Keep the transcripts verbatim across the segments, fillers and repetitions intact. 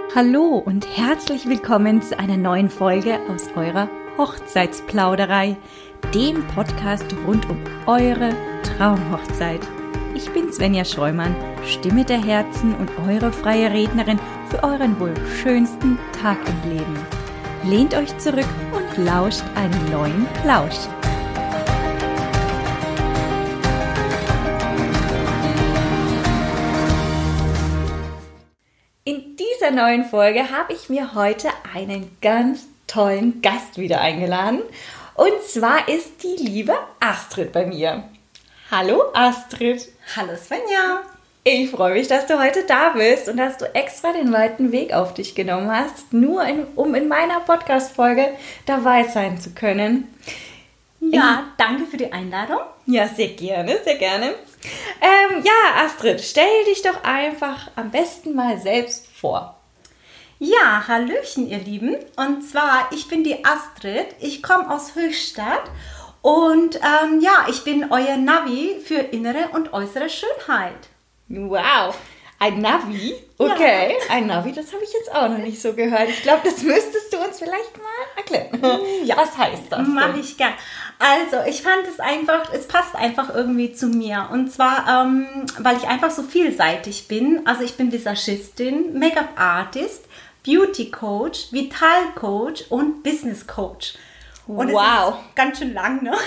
Hallo und herzlich willkommen zu einer neuen Folge aus eurer Hochzeitsplauderei, dem Podcast rund um eure Traumhochzeit. Ich bin Svenja Scheumann, Stimme der Herzen und eure freie Rednerin für euren wohl schönsten Tag im Leben. Lehnt euch zurück und lauscht einen neuen Plausch. In dieser neuen Folge habe ich mir heute einen ganz tollen Gast wieder eingeladen. Und zwar ist die liebe Astrid bei mir. Hallo Astrid. Hallo Svenja. Ich freue mich, dass du heute da bist und dass du extra den weiten Weg auf dich genommen hast, nur in, um in meiner Podcast-Folge dabei sein zu können. Ja, in, danke für die Einladung. Ja, sehr gerne, sehr gerne. Ähm, ja, Astrid, stell dich doch einfach am besten mal selbst vor. Ja, hallöchen ihr Lieben. Und zwar, ich bin die Astrid, ich komme aus Höchstadt und ähm, ja, ich bin euer Navi für innere und äußere Schönheit. Wow, ein Navi? Okay, ja. Ein Navi, das habe ich jetzt auch noch nicht so gehört. Ich glaube, das müsstest du uns vielleicht mal erklären. Ja, was heißt das? Mache ich gern. Also, ich fand es einfach, es passt einfach irgendwie zu mir. Und zwar, ähm, weil ich einfach so vielseitig bin. Also, ich bin Visagistin, Make-up-Artist, Beauty-Coach, Vital-Coach und Business-Coach. Und wow. Es ist ganz schön lang, ne?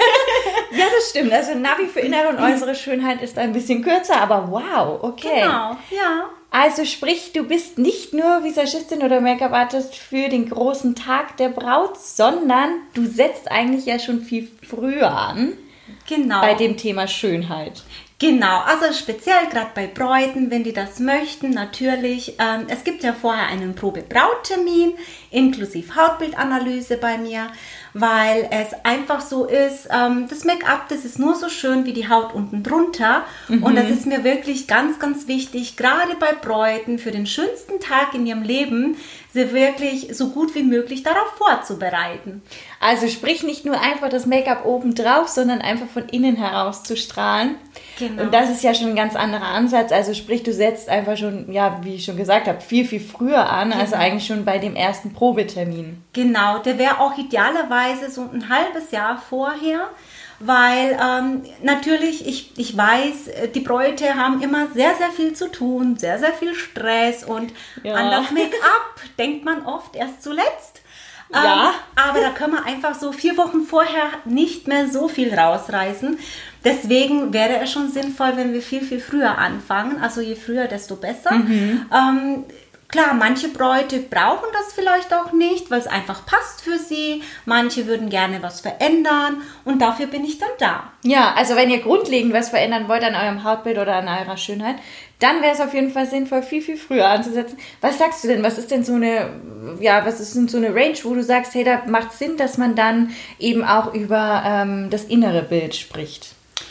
Ja, das stimmt. Also Navi für innere und äußere Schönheit ist ein bisschen kürzer, aber wow, okay. Genau, ja. Also sprich, du bist nicht nur Visagistin oder Make-up-Artist für den großen Tag der Braut, sondern du setzt eigentlich ja schon viel früher an. Genau. Bei dem Thema Schönheit. Genau, also speziell gerade bei Bräuten, wenn die das möchten, natürlich. Ähm, es gibt ja vorher einen Probe-Brauttermin inklusive Hautbildanalyse bei mir, weil es einfach so ist, ähm, das Make-up, das ist nur so schön wie die Haut unten drunter. Mhm. Und das ist mir wirklich ganz, ganz wichtig, gerade bei Bräuten für den schönsten Tag in ihrem Leben, sie wirklich so gut wie möglich darauf vorzubereiten. Also sprich nicht nur einfach das Make-up oben drauf, sondern einfach von innen heraus zu strahlen. Genau. Und das ist ja schon ein ganz anderer Ansatz. Also sprich, du setzt einfach schon, ja, wie ich schon gesagt habe, viel, viel früher an, genau. Also eigentlich schon bei dem ersten Probetermin. Genau, der wäre auch idealerweise so ein halbes Jahr vorher, weil ähm, natürlich, ich, ich weiß, die Bräute haben immer sehr, sehr viel zu tun, sehr, sehr viel Stress und ja. An das Make-up denkt man oft erst zuletzt. Ja. Ähm, aber da können wir einfach so vier Wochen vorher nicht mehr so viel rausreißen. Deswegen wäre es schon sinnvoll, wenn wir viel, viel früher anfangen. Also je früher, desto besser. Mhm. Ähm, Klar, manche Bräute brauchen das vielleicht auch nicht, weil es einfach passt für sie. Manche würden gerne was verändern und dafür bin ich dann da. Ja, also wenn ihr grundlegend was verändern wollt an eurem Hautbild oder an eurer Schönheit, dann wäre es auf jeden Fall sinnvoll, viel, viel früher anzusetzen. Was sagst du denn? Was ist denn so eine, ja, was ist denn so eine Range, wo du sagst, hey, da macht Sinn, dass man dann eben auch über ähm, das innere Bild spricht?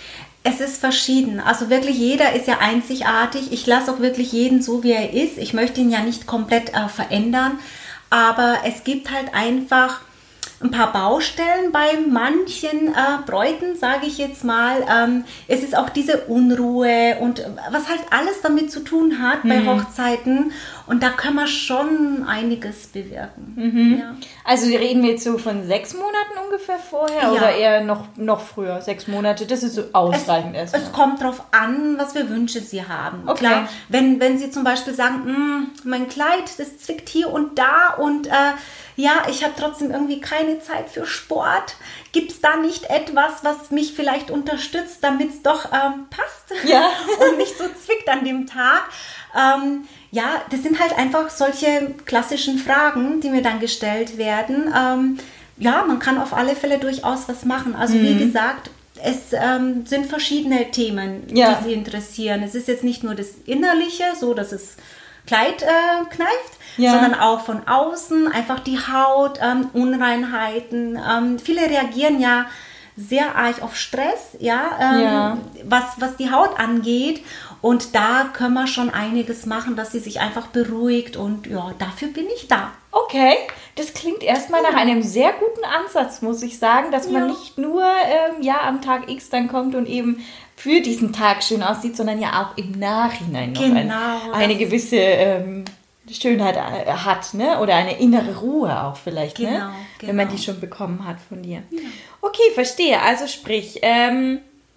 Es ist verschieden. Also wirklich jeder ist ja einzigartig. Ich lasse auch wirklich jeden so, wie er ist. Ich möchte ihn ja nicht komplett äh, verändern. Aber es gibt halt einfach ein paar Baustellen bei manchen äh, Bräuten, sage ich jetzt mal. Ähm, es ist auch diese Unruhe und was halt alles damit zu tun hat bei mhm. Hochzeiten. Und da kann man schon einiges bewirken. Mhm. Ja. Also reden wir jetzt so von sechs Monaten ungefähr vorher ja. Oder eher noch, noch früher? Sechs Monate, das ist so ausreichend es, erstmal. Es kommt darauf an, was für Wünsche Sie haben. Okay. Klar, wenn, wenn Sie zum Beispiel sagen, mein Kleid, das zwickt hier und da und äh, ja, ich habe trotzdem irgendwie keine Zeit für Sport. Gibt es da nicht etwas, was mich vielleicht unterstützt, damit es doch ähm, passt ja. und nicht so zwickt an dem Tag? Ähm, ja, das sind halt einfach solche klassischen Fragen, die mir dann gestellt werden. Ähm, ja, man kann auf alle Fälle durchaus was machen. Also mhm. wie gesagt, es ähm, sind verschiedene Themen, ja. die Sie interessieren. Es ist jetzt nicht nur das Innerliche, so dass es Kleid äh, kneift, ja. sondern auch von außen, einfach die Haut, ähm, Unreinheiten. Ähm, viele reagieren ja sehr arg auf Stress, ja, ähm, ja. Was, was die Haut angeht. Und da können wir schon einiges machen, dass sie sich einfach beruhigt. Und ja, dafür bin ich da. Okay, das klingt erstmal nach einem sehr guten Ansatz, muss ich sagen, dass man ja. nicht nur ähm, ja, am Tag X dann kommt und eben für diesen Tag schön aussieht, sondern ja auch im Nachhinein noch genau, ein, eine gewisse ähm, Schönheit hat, ne? Oder eine innere Ruhe auch vielleicht, genau, ne? Genau. Wenn man die schon bekommen hat von dir. Ja. Okay, verstehe. Also sprich, ähm,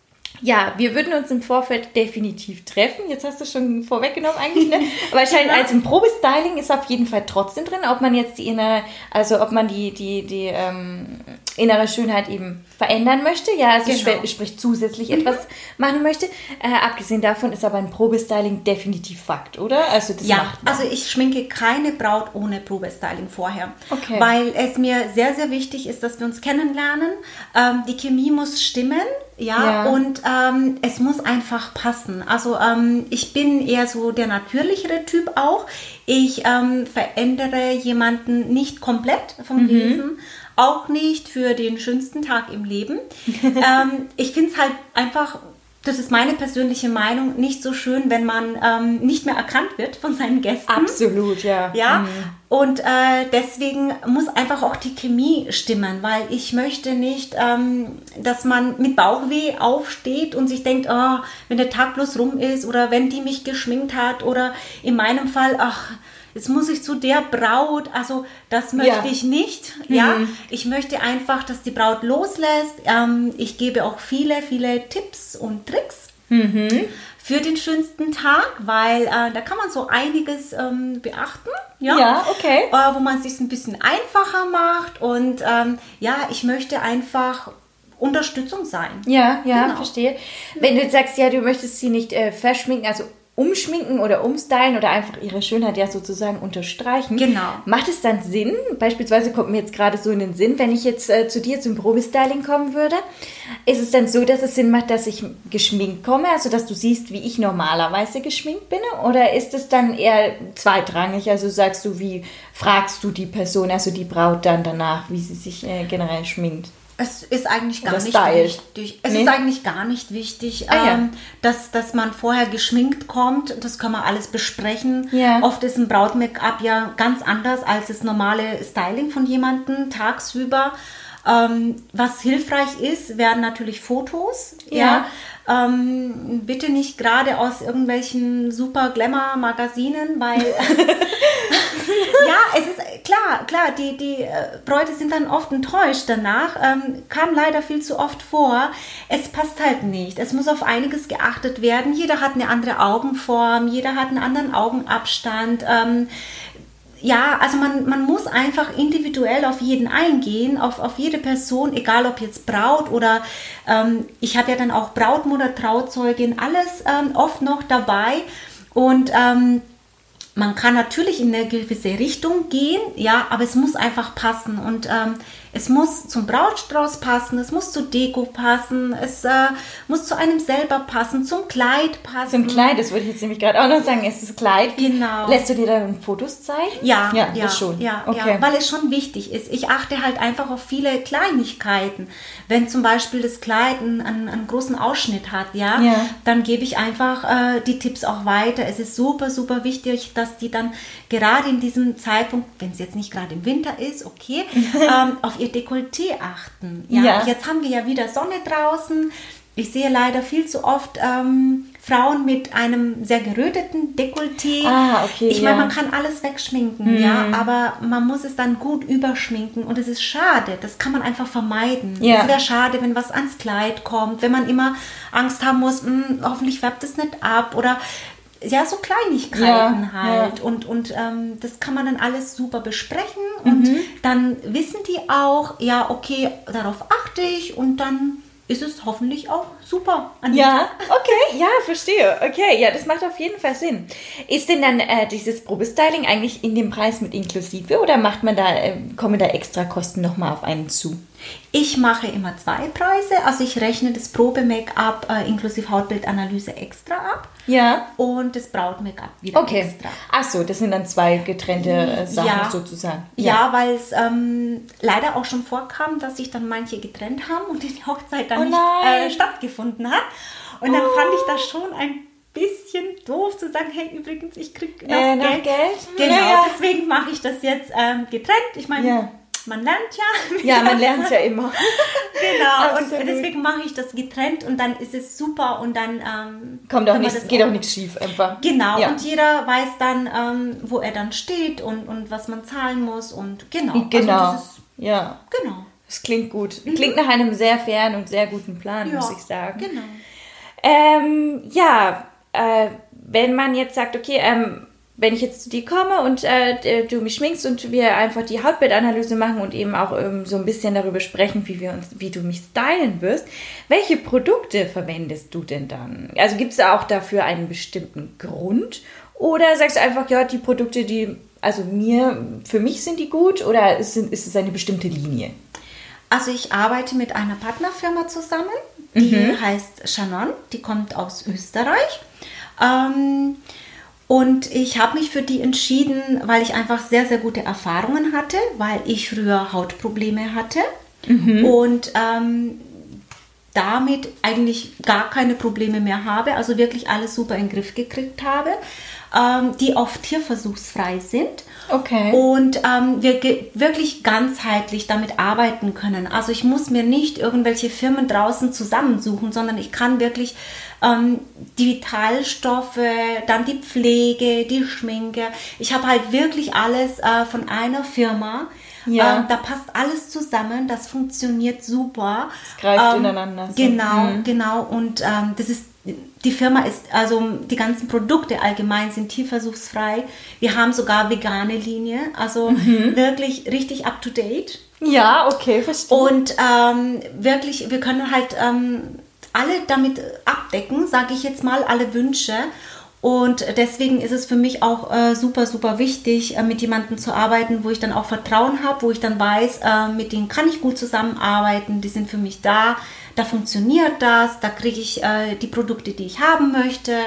ja, wir würden uns im Vorfeld definitiv treffen. Jetzt hast du schon vorweggenommen eigentlich, ne? Wahrscheinlich als im Probestyling ist auf jeden Fall trotzdem drin, ob man jetzt die innere, also ob man die, die, die ähm, innere Schönheit eben verändern möchte. Ja, also genau. sprich zusätzlich mhm. etwas machen möchte. Äh, abgesehen davon ist aber ein Probestyling definitiv Fakt, oder? Also das ja, macht man. Also ich schminke keine Braut ohne Probestyling vorher. Okay. Weil es mir sehr, sehr wichtig ist, dass wir uns kennenlernen. Ähm, die Chemie muss stimmen. Ja, ja, und ähm, es muss einfach passen. Also ähm, ich bin eher so der natürlichere Typ auch. Ich ähm, verändere jemanden nicht komplett vom mhm. Wesen, auch nicht für den schönsten Tag im Leben. ähm, ich finde es halt einfach, das ist meine persönliche Meinung, nicht so schön, wenn man ähm, nicht mehr erkannt wird von seinen Gästen. Absolut, ja. Ja, mhm. und äh, deswegen muss einfach auch die Chemie stimmen, weil ich möchte nicht, ähm, dass man mit Bauchweh aufsteht und sich denkt, oh, wenn der Tag bloß rum ist oder wenn die mich geschminkt hat oder in meinem Fall, ach, jetzt muss ich zu der Braut, also das möchte ja. ich nicht. Ja, mhm. Ich möchte einfach, dass die Braut loslässt. Ähm, ich gebe auch viele, viele Tipps und Tricks mhm. für den schönsten Tag, weil äh, da kann man so einiges ähm, beachten. Ja, ja okay. Äh, wo man es sich ein bisschen einfacher macht und ähm, ja, ich möchte einfach Unterstützung sein. Ja, ja, genau. Verstehe. Wenn du sagst, ja, du möchtest sie nicht äh, verschminken, also umschminken oder umstylen oder einfach ihre Schönheit ja sozusagen unterstreichen. Genau. Macht es dann Sinn, beispielsweise kommt mir jetzt gerade so in den Sinn, wenn ich jetzt äh, zu dir zum Probestyling kommen würde, ist es dann so, dass es Sinn macht, dass ich geschminkt komme, also dass du siehst, wie ich normalerweise geschminkt bin, oder ist es dann eher zweitrangig, also sagst du, wie fragst du die Person, also die Braut dann danach, wie sie sich äh, generell schminkt? Es ist eigentlich gar Oder nicht stylt. wichtig. Es Nee? ist eigentlich gar nicht wichtig, Ah, ja. ähm, dass, dass man vorher geschminkt kommt. Das können wir alles besprechen. Ja. Oft ist ein Braut-Make-up ja ganz anders als das normale Styling von jemandem tagsüber. Ähm, was hilfreich ist, wären natürlich Fotos. Ja. Ja. Ähm, bitte nicht gerade aus irgendwelchen super Glamour-Magazinen, weil ja, es ist klar, klar, die, die äh, Bräute sind dann oft enttäuscht danach. Ähm, kam leider viel zu oft vor. Es passt halt nicht. Es muss auf einiges geachtet werden. Jeder hat eine andere Augenform, jeder hat einen anderen Augenabstand. Ähm, Ja, also man, man muss einfach individuell auf jeden eingehen, auf, auf jede Person, egal ob jetzt Braut oder ähm, ich habe ja dann auch Brautmutter, Trauzeugin, alles ähm, oft noch dabei und ähm, man kann natürlich in eine gewisse Richtung gehen, ja, aber es muss einfach passen und ähm, es muss zum Brautstrauß passen, es muss zur Deko passen, es äh, muss zu einem selber passen, zum Kleid passen. Zum Kleid, das würde ich jetzt nämlich gerade auch noch sagen, ist das Kleid. Genau. Lässt du dir dann Fotos zeigen? Ja, ja, ja, das schon. Ja, okay. ja, weil es schon wichtig ist. Ich achte halt einfach auf viele Kleinigkeiten. Wenn zum Beispiel das Kleid einen, einen, einen großen Ausschnitt hat, ja, ja. dann gebe ich einfach äh, die Tipps auch weiter. Es ist super, super wichtig, dass die dann gerade in diesem Zeitpunkt, wenn es jetzt nicht gerade im Winter ist, okay, ähm, auf ihr Dekolleté achten. Ja? Ja. Jetzt haben wir ja wieder Sonne draußen. Ich sehe leider viel zu oft ähm, Frauen mit einem sehr geröteten Dekolleté. Ah, okay, ich meine, ja. man kann alles wegschminken, Mhm. ja, aber man muss es dann gut überschminken und es ist schade, das kann man einfach vermeiden. Ja. Es wäre schade, wenn was ans Kleid kommt, wenn man immer Angst haben muss, mh, hoffentlich färbt es nicht ab oder ja, so Kleinigkeiten Ja, halt. ja. Und, und ähm, das kann man dann alles super besprechen und Mhm. dann wissen die auch, ja, okay, darauf achte ich und dann ist es hoffentlich auch super. Ja, okay, ja, verstehe. Okay, ja, das macht auf jeden Fall Sinn. Ist denn dann äh, dieses Probestyling eigentlich in dem Preis mit inklusive oder macht man da, äh, kommen da extra Kosten nochmal auf einen zu? Ich mache immer zwei Preise, also ich rechne das Probe-Make-up äh, inklusive Hautbildanalyse extra ab Ja. und das Braut-Make-up wieder Okay. extra. Ach so, das sind dann zwei getrennte äh, Sachen Ja. sozusagen. Ja, weil es ähm, leider auch schon vorkam, dass sich dann manche getrennt haben und die Hochzeit dann Oh nicht nein. äh, stattgefunden hat. Und dann Oh. fand ich das schon ein bisschen doof zu sagen, hey, übrigens, ich kriege noch Äh, noch Geld. Geld? Genau, Ja, ja. deswegen mache ich das jetzt ähm, getrennt. Ich meine, Ja. man lernt ja. Ja, man lernt ja immer. Genau, Absolut. und deswegen mache ich das getrennt und dann ist es super und dann ähm, Kommt auch kann man nichts, das geht auch nichts schief einfach. Genau, Ja. und jeder weiß dann, ähm, wo er dann steht und, und was man zahlen muss und genau. Genau, Also das ist, ja. genau. Das klingt gut. Klingt nach einem sehr fairen und sehr guten Plan, Ja, muss ich sagen. genau. Ähm, ja, äh, wenn man jetzt sagt, okay, ähm, wenn ich jetzt zu dir komme und äh, du mich schminkst und wir einfach die Hautbildanalyse machen und eben auch ähm, so ein bisschen darüber sprechen, wie wir uns, wie du mich stylen wirst, welche Produkte verwendest du denn dann? Also gibt es auch dafür einen bestimmten Grund? Oder sagst du einfach, ja, die Produkte, die, also mir, für mich sind die gut, oder ist, ist es eine bestimmte Linie? Also ich arbeite mit einer Partnerfirma zusammen, die Mhm. heißt Shannon, die kommt aus Österreich. Ähm, und ich habe mich für die entschieden, weil ich einfach sehr, sehr gute Erfahrungen hatte, weil ich früher Hautprobleme hatte und ähm, damit eigentlich gar keine Probleme mehr habe, also wirklich alles super in den Griff gekriegt habe, ähm, die oft tierversuchsfrei sind. Okay. Und ähm, wir ge- wirklich ganzheitlich damit arbeiten können. Also ich muss mir nicht irgendwelche Firmen draußen zusammensuchen, sondern ich kann wirklich ähm, die Vitalstoffe, dann die Pflege, die Schminke. Ich habe halt wirklich alles äh, von einer Firma. Ja. Ähm, da passt alles zusammen, das funktioniert super. Es greift Ähm, ineinander. So. Genau, Mhm. genau. Und ähm, das ist, die Firma ist, also die ganzen Produkte allgemein sind tierversuchsfrei. Wir haben sogar vegane Linie, also Mhm. wirklich richtig up to date. Ja, okay, verstehe. Und ähm, wirklich, wir können halt ähm, alle damit abdecken, sage ich jetzt mal, alle Wünsche. Und deswegen ist es für mich auch äh, super, super wichtig, äh, mit jemandem zu arbeiten, wo ich dann auch Vertrauen habe, wo ich dann weiß, äh, mit denen kann ich gut zusammenarbeiten, die sind für mich da, da funktioniert das, da kriege ich äh, die Produkte, die ich haben möchte.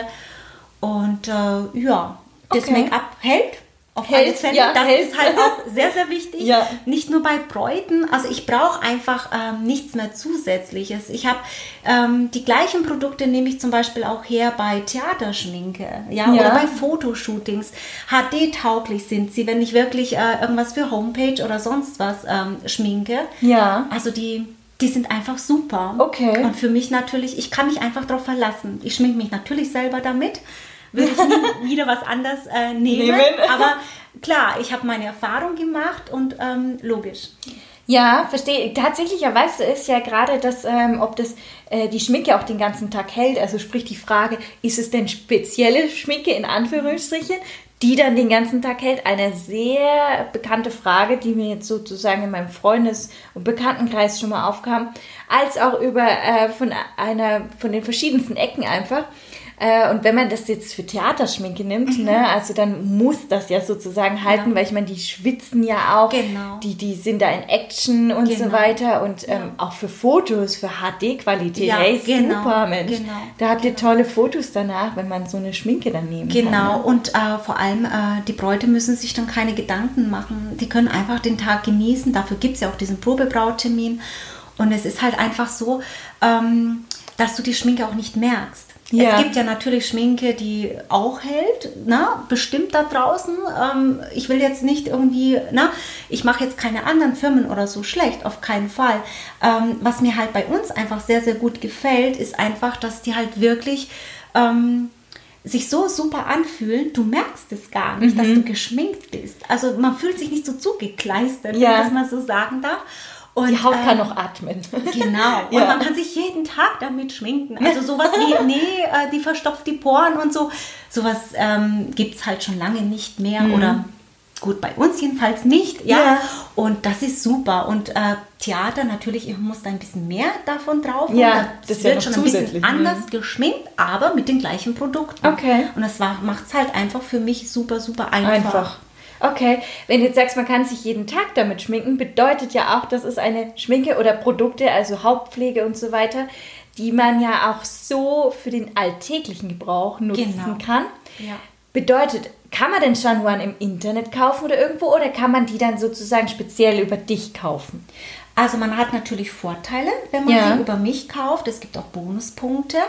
Und äh, ja, das Okay. Make-up hält. Auf Hält, alle Fälle. ja, das hält. ist halt auch sehr, sehr wichtig. Ja. Nicht nur bei Bräuten. Also ich brauche einfach ähm, nichts mehr Zusätzliches. Ich habe ähm, die gleichen Produkte nehme ich zum Beispiel auch her bei Theaterschminke, ja, Ja. oder bei Fotoshootings. H D-tauglich sind sie, wenn ich wirklich äh, irgendwas für Homepage oder sonst was ähm, schminke. Ja. Also die, die sind einfach super. Okay. Und für mich natürlich, ich kann mich einfach darauf verlassen. Ich schminke mich natürlich selber damit. Würde ich nie wieder was anderes äh, nehmen. Nehmen. Aber klar, ich habe meine Erfahrung gemacht und ähm, logisch. Ja, verstehe. Tatsächlicherweise ist ja gerade das, ähm, ob das äh, die Schminke auch den ganzen Tag hält. Also sprich die Frage, ist es denn spezielle Schminke in Anführungsstrichen, die dann den ganzen Tag hält? Eine sehr bekannte Frage, die mir jetzt sozusagen in meinem Freundes- und Bekanntenkreis schon mal aufkam, als auch über äh, von einer von den verschiedensten Ecken einfach. Äh, und wenn man das jetzt für Theaterschminke nimmt, mhm. ne, also dann muss das ja sozusagen halten, Ja. weil ich meine, die schwitzen ja auch, Genau. die, die sind da in Action und so Genau. weiter und Ja. ähm, auch für Fotos, für H D-Qualität, Ja, hey, genau, super, Mensch. genau, Da habt ihr genau. tolle Fotos danach, wenn man so eine Schminke dann nehmen Genau, kann. Ne? und äh, vor allem äh, die Bräute müssen sich dann keine Gedanken machen. Die können einfach den Tag genießen. Dafür gibt es ja auch diesen Probebrauttermin. Und es ist halt einfach so, ähm, dass du die Schminke auch nicht merkst. Ja. Es gibt ja natürlich Schminke, die auch hält, na, bestimmt da draußen. Ähm, ich will jetzt nicht irgendwie, na, ich mache jetzt keine anderen Firmen oder so schlecht, auf keinen Fall. Ähm, was mir halt bei uns einfach sehr, sehr gut gefällt, ist einfach, dass die halt wirklich ähm, sich so super anfühlen, du merkst es gar nicht, Mhm. dass du geschminkt bist. Also man fühlt sich nicht so zugekleistert, Ja. wenn ich das mal so sagen darf. Und, Die Haut kann ähm, noch atmen. Genau. Und Ja. man kann sich jeden Tag damit schminken. Also sowas wie, nee, äh, die verstopft die Poren und so. Sowas ähm, gibt es halt schon lange nicht mehr. Mhm. Oder gut, bei uns jedenfalls nicht. Ja. Ja. Und das ist super. Und äh, Theater natürlich, ich muss da ein bisschen mehr davon drauf. Ja, das, das ist ja wird noch schon ein bisschen zusätzlich. anders geschminkt, aber mit den gleichen Produkten. Okay. Und das macht es halt einfach für mich super, super einfach. Einfach. Okay, wenn du jetzt sagst, man kann sich jeden Tag damit schminken, bedeutet ja auch, das ist eine Schminke oder Produkte, also Hautpflege und so weiter, die man ja auch so für den alltäglichen Gebrauch nutzen Genau. kann. Ja. Bedeutet, kann man den Shanwan im Internet kaufen oder irgendwo oder kann man die dann sozusagen speziell über dich kaufen? Also man hat natürlich Vorteile, wenn man Ja. sie über mich kauft. Es gibt auch Bonuspunkte.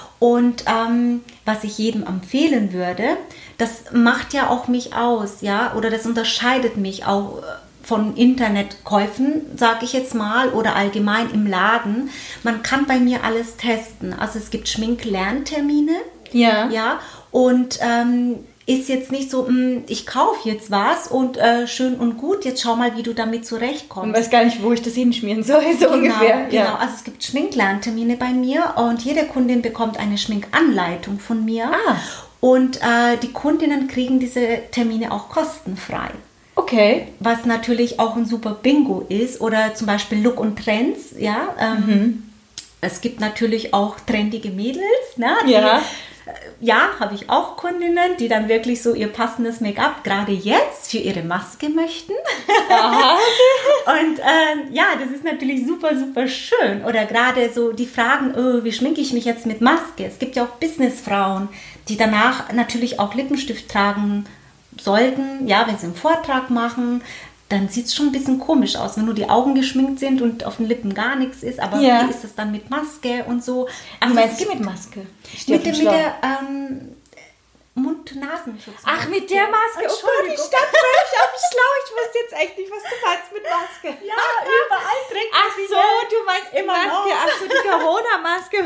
Und ähm, was ich jedem empfehlen würde, das macht ja auch mich aus, ja, oder das unterscheidet mich auch von Internetkäufen, sage ich jetzt mal, oder allgemein im Laden. Man kann bei mir alles testen. Also es gibt Schminklerntermine. Ja. Ja. Und ähm, ist jetzt nicht so, mh, ich kaufe jetzt was und äh, schön und gut, jetzt schau mal, wie du damit zurechtkommst. Und weiß gar nicht, wo ich das hinschmieren soll, so genau, ungefähr. Genau, ja. Also es gibt Schminklerntermine bei mir und jede Kundin bekommt eine Schminkanleitung von mir. Ah. Und äh, die Kundinnen kriegen diese Termine auch kostenfrei. Okay. Was natürlich auch ein super Bingo ist. Oder zum Beispiel Look und Trends. Ja, ähm, mhm. Es gibt natürlich auch trendige Mädels. Ne, die, ja. Ja, habe ich auch Kundinnen, die dann wirklich so ihr passendes Make-up gerade jetzt für ihre Maske möchten. Aha. Und ähm, ja, das ist natürlich super, super schön. Oder gerade so die Fragen, oh, wie schminke ich mich jetzt mit Maske? Es gibt ja auch Businessfrauen, die danach natürlich auch Lippenstift tragen sollten. Ja, wenn sie einen Vortrag machen, dann sieht es schon ein bisschen komisch aus, wenn nur die Augen geschminkt sind und auf den Lippen gar nichts ist. Aber ja. wie ist das dann mit Maske und so? Ach, also meinst du mit Maske? Mit, dem, mit der ähm, Mund-Nasenschutz. Ach, mit der Maske? Oh Gott, ich stand völlig auf dem Schlauch. Ich wusste jetzt echt nicht, was du meinst mit Maske. Ja, überall trägt man Ach so, du meinst die immer Maske. noch. Ach so, die Corona-Maske.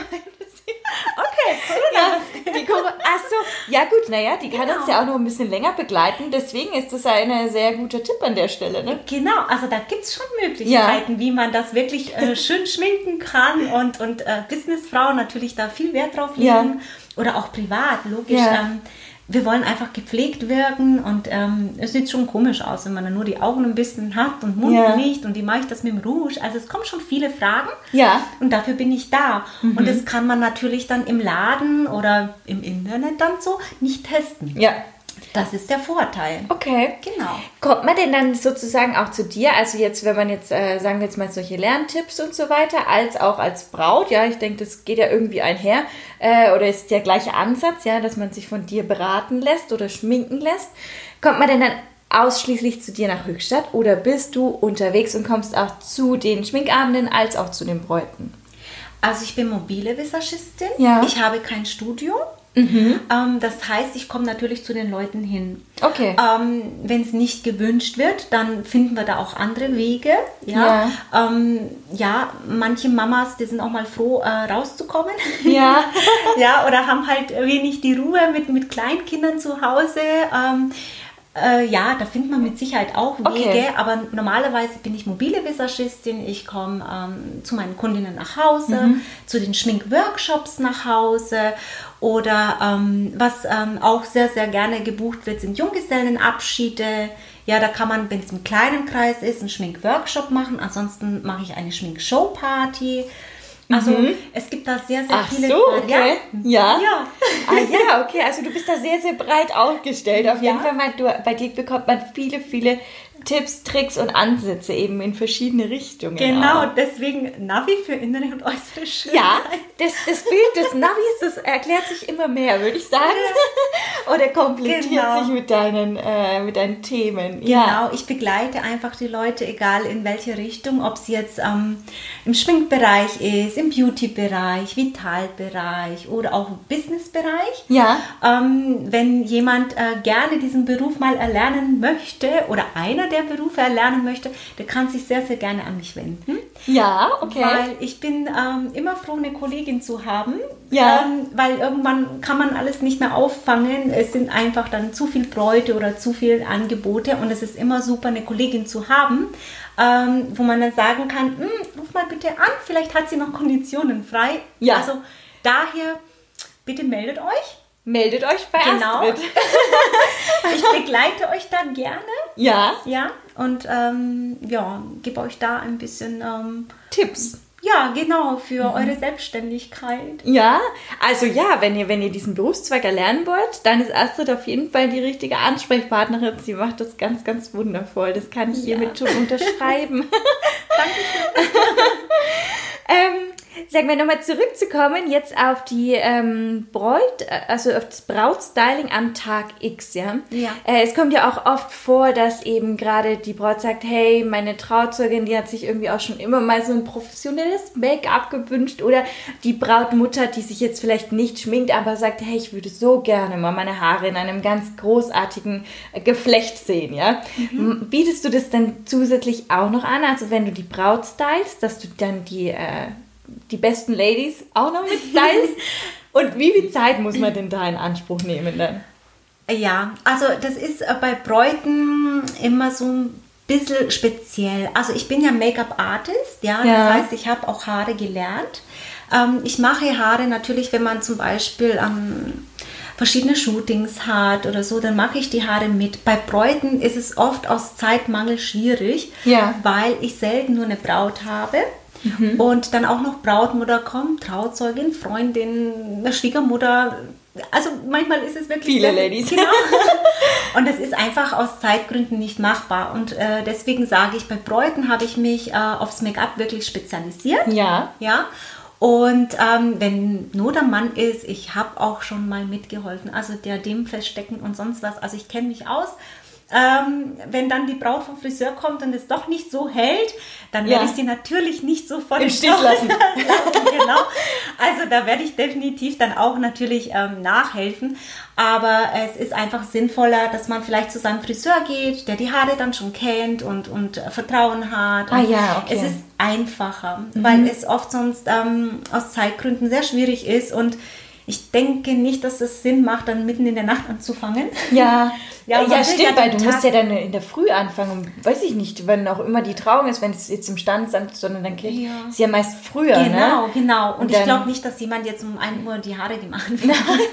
Okay, ja, die Corona. Ach so, ja gut, naja, die kann genau. uns ja auch noch ein bisschen länger begleiten. Deswegen ist das ein sehr guter Tipp an der Stelle. Ne? Genau, also da gibt es schon Möglichkeiten, ja. wie man das wirklich äh, schön schminken kann. Und, und äh, Businessfrauen natürlich da viel Wert drauf legen. Ja. Oder auch privat, logisch. Ja. Ähm, wir wollen einfach gepflegt wirken und ähm, es sieht schon komisch aus, wenn man dann nur die Augen ein bisschen hat und Mund ja. nicht und wie mache ich das mit dem Rouge? Also es kommen schon viele Fragen ja. und dafür bin ich da. Mhm. Und das kann man natürlich dann im Laden oder im Internet dann so nicht testen. Ja. Das ist der Vorteil. Okay. Genau. Kommt man denn dann sozusagen auch zu dir, also jetzt, wenn man jetzt, äh, sagen wir jetzt mal solche Lerntipps und so weiter, als auch als Braut, ja, ich denke, das geht ja irgendwie einher, äh, oder ist der gleiche Ansatz, ja, dass man sich von dir beraten lässt oder schminken lässt. Kommt man denn dann ausschließlich zu dir nach Höchstadt oder bist du unterwegs und kommst auch zu den Schminkabenden als auch zu den Bräuten? Also ich bin mobile Visagistin, ja. Ich habe kein Studio. Mhm. Ähm, das heißt, ich komme natürlich zu den Leuten hin. Okay. Ähm, wenn es nicht gewünscht wird, dann finden wir da auch andere Wege. Ja, ja. Ähm, ja manche Mamas, die sind auch mal froh, äh, rauszukommen. Ja. Ja, oder haben halt wenig die Ruhe mit, mit Kleinkindern zu Hause. Ähm, Äh, ja, da findet man mit Sicherheit auch Wege, okay. Aber normalerweise bin ich mobile Visagistin. Ich komme ähm, zu meinen Kundinnen nach Hause, mhm. zu den Schminkworkshops nach Hause oder ähm, was ähm, auch sehr, sehr gerne gebucht wird, sind Junggesellenabschiede. Ja, da kann man, wenn es im kleinen Kreis ist, einen Schminkworkshop machen. Ansonsten mache ich eine Schminkshowparty. Also mhm. es gibt da sehr, sehr Ach viele so, okay. Varianten. Ja. Ja. Ah ja, okay. Also du bist da sehr, sehr breit aufgestellt. Auf jeden ja. Fall, man, du, bei dir bekommt man viele, viele Tipps, Tricks und Ansätze eben in verschiedene Richtungen. Genau, auch. Deswegen Navi für innere und äußere Schönheit. Ja, das, das Bild des Navis, das erklärt sich immer mehr, würde ich sagen. Ja. Oder komplettiert genau. sich mit deinen, äh, mit deinen Themen. Genau, ja. Ich begleite einfach die Leute, egal in welche Richtung, ob es jetzt ähm, im Schminkbereich ist, im Beauty-Bereich, Vitalbereich oder auch im Business-Bereich. Ja. Ähm, wenn jemand äh, gerne diesen Beruf mal erlernen möchte oder einer der Berufe erlernen möchte, der kann sich sehr, sehr gerne an mich wenden. Ja, okay. Weil ich bin ähm, immer froh, eine Kollegin zu haben. Ja. Ähm, weil irgendwann kann man alles nicht mehr auffangen. Es sind einfach dann zu viele Bräute oder zu viele Angebote und es ist immer super, eine Kollegin zu haben, ähm, wo man dann sagen kann, ruf mal bitte an, vielleicht hat sie noch Konditionen frei. Ja. Also daher, bitte meldet euch. Meldet euch bei genau. Astrid. Ich begleite euch da gerne. Ja. Ja, und ähm, ja, gebe euch da ein bisschen ähm, Tipps. Ja, genau, für mhm. eure Selbstständigkeit. Ja, also ja, wenn ihr, wenn ihr diesen Berufszweig erlernen wollt, dann ist Astrid auf jeden Fall die richtige Ansprechpartnerin. Sie macht das ganz, ganz wundervoll. Das kann ich ja. hiermit schon unterschreiben. Dankeschön. ähm, Sag mal, nochmal zurückzukommen jetzt auf die ähm, Braut, also auf das Brautstyling am Tag X, ja? Ja. Äh, es kommt ja auch oft vor, dass eben gerade die Braut sagt, hey, meine Trauzeugin, die hat sich irgendwie auch schon immer mal so ein professionelles Make-up gewünscht oder die Brautmutter, die sich jetzt vielleicht nicht schminkt, aber sagt, hey, ich würde so gerne mal meine Haare in einem ganz großartigen Geflecht sehen, ja? Mhm. Bietest du das dann zusätzlich auch noch an, also wenn du die Braut stylst, dass du dann die... Äh, die besten Ladies auch noch mit stylst? Und wie viel Zeit muss man denn da in Anspruch nehmen dann? Ja, also das ist bei Bräuten immer so ein bisschen speziell. Also ich bin ja Make-up-Artist, ja, Ja. das heißt, ich habe auch Haare gelernt. Ähm, ich mache Haare natürlich, wenn man zum Beispiel ähm, verschiedene Shootings hat oder so, dann mache ich die Haare mit. Bei Bräuten ist es oft aus Zeitmangel schwierig, Ja. weil ich selten nur eine Braut habe. Mhm. Und dann auch noch Brautmutter kommt, Trauzeugin, Freundin, Schwiegermutter. Also manchmal ist es wirklich... Viele sehr, Ladies. Genau. Und es ist einfach aus Zeitgründen nicht machbar. Und äh, deswegen sage ich, bei Bräuten habe ich mich äh, aufs Make-up wirklich spezialisiert. Ja. Ja. Und ähm, wenn nur der Mann ist, ich habe auch schon mal mitgeholfen. Also der dem feststecken und sonst was. Also ich kenne mich aus. Ähm, wenn dann die Braut vom Friseur kommt und es doch nicht so hält, dann Ja. werde ich sie natürlich nicht sofort Im Stich lassen. lassen. Genau. Also da werde ich definitiv dann auch natürlich ähm, nachhelfen. Aber es ist einfach sinnvoller, dass man vielleicht zu seinem Friseur geht, der die Haare dann schon kennt und, und äh, Vertrauen hat. Ah Und ja, okay. Es ist einfacher, Mhm. weil es oft sonst ähm, aus Zeitgründen sehr schwierig ist. Und ich denke nicht, dass es Sinn macht, dann mitten in der Nacht anzufangen. Ja, Ja, ja, man will stimmt, ja weil den du musst Tag- ja dann in der Früh anfangen, weiß ich nicht, wenn auch immer die Trauung ist, wenn es jetzt im Standesamt ist, sondern dann kriegt Ja. sie ja meist früher, Genau, ne? genau. Und, Und ich dann- glaube nicht, dass jemand jetzt um ein Uhr die Haare gemacht wird.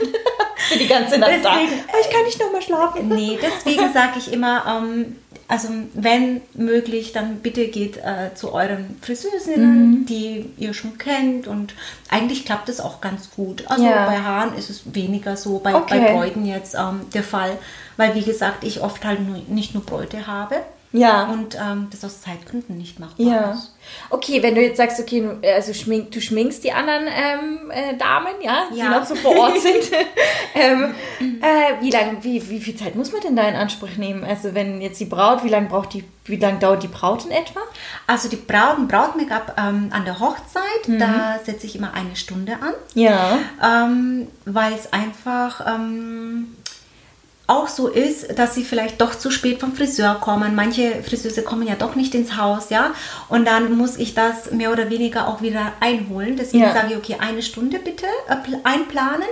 Für die ganze Nacht da. Deswegen- Aber ich kann nicht nochmal schlafen. Nee, deswegen sage ich immer, ähm, also wenn möglich, dann bitte geht äh, zu euren Friseurinnen, Mhm. die ihr schon kennt, und eigentlich klappt es auch ganz gut. Also Ja. bei Haaren ist es weniger so, bei, Okay. bei Bräuten jetzt ähm, der Fall, weil wie gesagt, ich oft halt nur, nicht nur Bräute habe Ja. und ähm, das aus Zeitgründen nicht machbar Ja. ist. Okay, wenn du jetzt sagst, okay, du- also schmink, du schminkst die anderen ähm, äh, Damen, ja, die Ja. noch so vor Ort sind. ähm, äh, wie lang, wie, wie viel Zeit muss man denn da in Anspruch nehmen? Also wenn jetzt die Braut, wie lange braucht die, wie lange dauert die Braut in etwa? Also die Braut, Braut-Make-up ähm, an der Hochzeit, Mhm. da setze ich immer eine Stunde an. Ja. Ähm, weil es einfach ähm, auch so ist, dass sie vielleicht doch zu spät vom Friseur kommen. Manche Friseure kommen ja doch nicht ins Haus, ja. Und dann muss ich das mehr oder weniger auch wieder einholen. Deswegen Ja. sage ich, okay, eine Stunde bitte äh, pl- einplanen.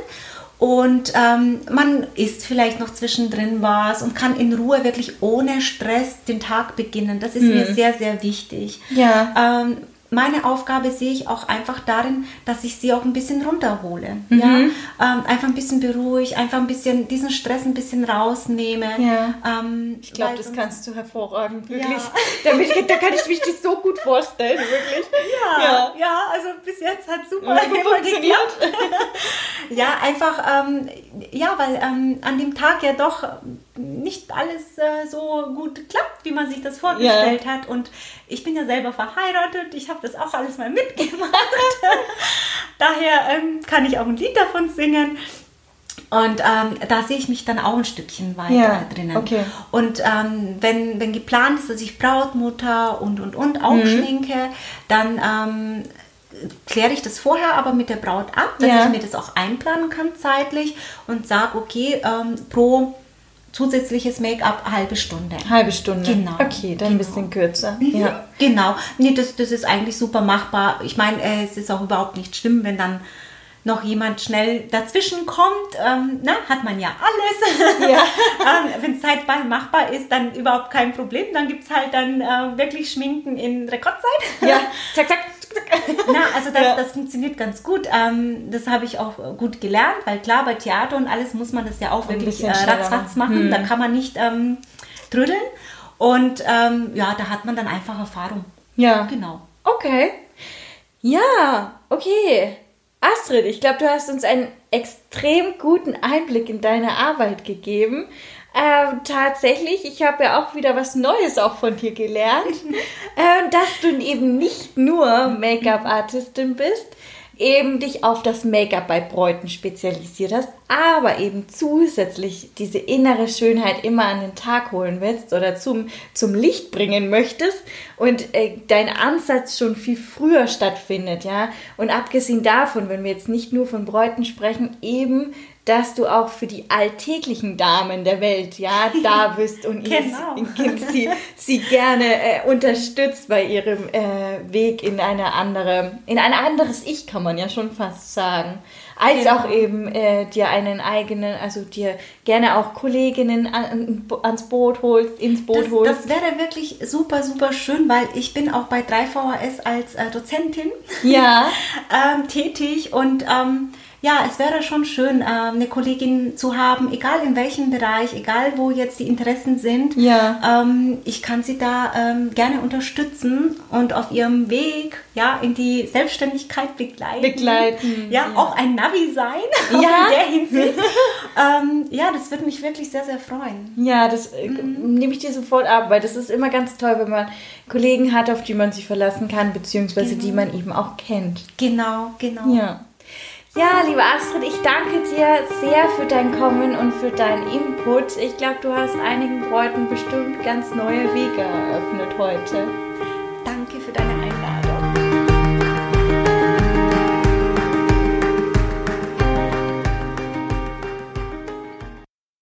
Und ähm, man isst vielleicht noch zwischendrin was und kann in Ruhe wirklich ohne Stress den Tag beginnen. Das ist mir sehr, sehr wichtig. Ja. Ähm, meine Aufgabe sehe ich auch einfach darin, dass ich sie auch ein bisschen runterhole. Mhm. Ja? Ähm, einfach ein bisschen beruhig, einfach ein bisschen diesen Stress ein bisschen rausnehme. Ja. Ähm, Ich glaube, weil das sonst- kannst du hervorragend, wirklich. Ja. Damit, da kann ich mich das so gut vorstellen, wirklich. Ja, Ja. ja, also bis jetzt hat super, Super immer funktioniert. geklappt. Ja, einfach, ähm, ja, weil ähm, an dem Tag ja doch nicht alles äh, so gut klappt, wie man sich das vorgestellt hat. Und ich bin ja selber verheiratet, ich habe das auch alles mal mitgemacht. Daher ähm, kann ich auch ein Lied davon singen. Und ähm, da sehe ich mich dann auch ein Stückchen weiter Ja, drinnen. okay. Und ähm, wenn, wenn geplant ist, dass ich Brautmutter und und und auch Mhm. schminke, dann ähm, kläre ich das vorher aber mit der Braut ab, dass Ja. ich mir das auch einplanen kann zeitlich und sage, okay, ähm, pro zusätzliches Make-up halbe Stunde. Halbe Stunde. Genau. Okay, dann ein Genau. bisschen kürzer. Mhm. Ja. Genau. Nee, das, das ist eigentlich super machbar. Ich meine, äh, es ist auch überhaupt nicht schlimm, wenn dann noch jemand schnell dazwischen kommt. Ähm, na, hat man ja alles. Ja. ähm, wenn es zeitbar machbar ist, dann überhaupt kein Problem. Dann gibt es halt dann äh, wirklich Schminken in Rekordzeit. Ja, zack, zack. Na, also das, Ja. das funktioniert ganz gut. Ähm, das habe ich auch gut gelernt, weil klar, bei Theater und alles muss man das ja auch Ein wirklich äh, bisschen schneller ratzfatz machen. machen. Hm. Da kann man nicht ähm, trödeln. Und ähm, ja, da hat man dann einfach Erfahrung. Ja. Genau. Okay. Ja, okay. Astrid, ich glaube, du hast uns einen extrem guten Einblick in deine Arbeit gegeben. Ähm, tatsächlich, ich habe ja auch wieder was Neues auch von dir gelernt, ähm, dass du eben nicht nur Make-up-Artistin bist, eben dich auf das Make-up bei Bräuten spezialisiert hast, aber eben zusätzlich diese innere Schönheit immer an den Tag holen willst oder zum, zum Licht bringen möchtest und äh, dein Ansatz schon viel früher stattfindet, ja. Und abgesehen davon, wenn wir jetzt nicht nur von Bräuten sprechen, eben dass du auch für die alltäglichen Damen der Welt, ja, da bist und genau. ihr, sie, sie gerne äh, unterstützt bei ihrem äh, Weg in eine andere, in ein anderes Ich, kann man ja schon fast sagen. Als genau. auch eben äh, dir einen eigenen, also dir gerne auch Kolleginnen an, ans Boot holst, ins Boot das, holst. Das wäre wirklich super, super schön, weil ich bin auch bei drei V H S als äh, Dozentin ja. ähm, tätig und ähm, ja, es wäre schon schön, äh, eine Kollegin zu haben, egal in welchem Bereich, egal wo jetzt die Interessen sind. Ja. Ähm, ich kann sie da ähm, gerne unterstützen und auf ihrem Weg ja, in die Selbstständigkeit begleiten. Begleiten. Ja, ja. Auch ein Navi sein, ja. in der Hinsicht. ähm, ja, das würde mich wirklich sehr, sehr freuen. Ja, das mhm. nehme ich dir sofort ab, weil das ist immer ganz toll, wenn man Kollegen hat, auf die man sich verlassen kann, beziehungsweise genau. die man eben auch kennt. Genau, genau. Ja. Ja, liebe Astrid, ich danke dir sehr für dein Kommen und für deinen Input. Ich glaube, du hast einigen Bräuten bestimmt ganz neue Wege eröffnet heute.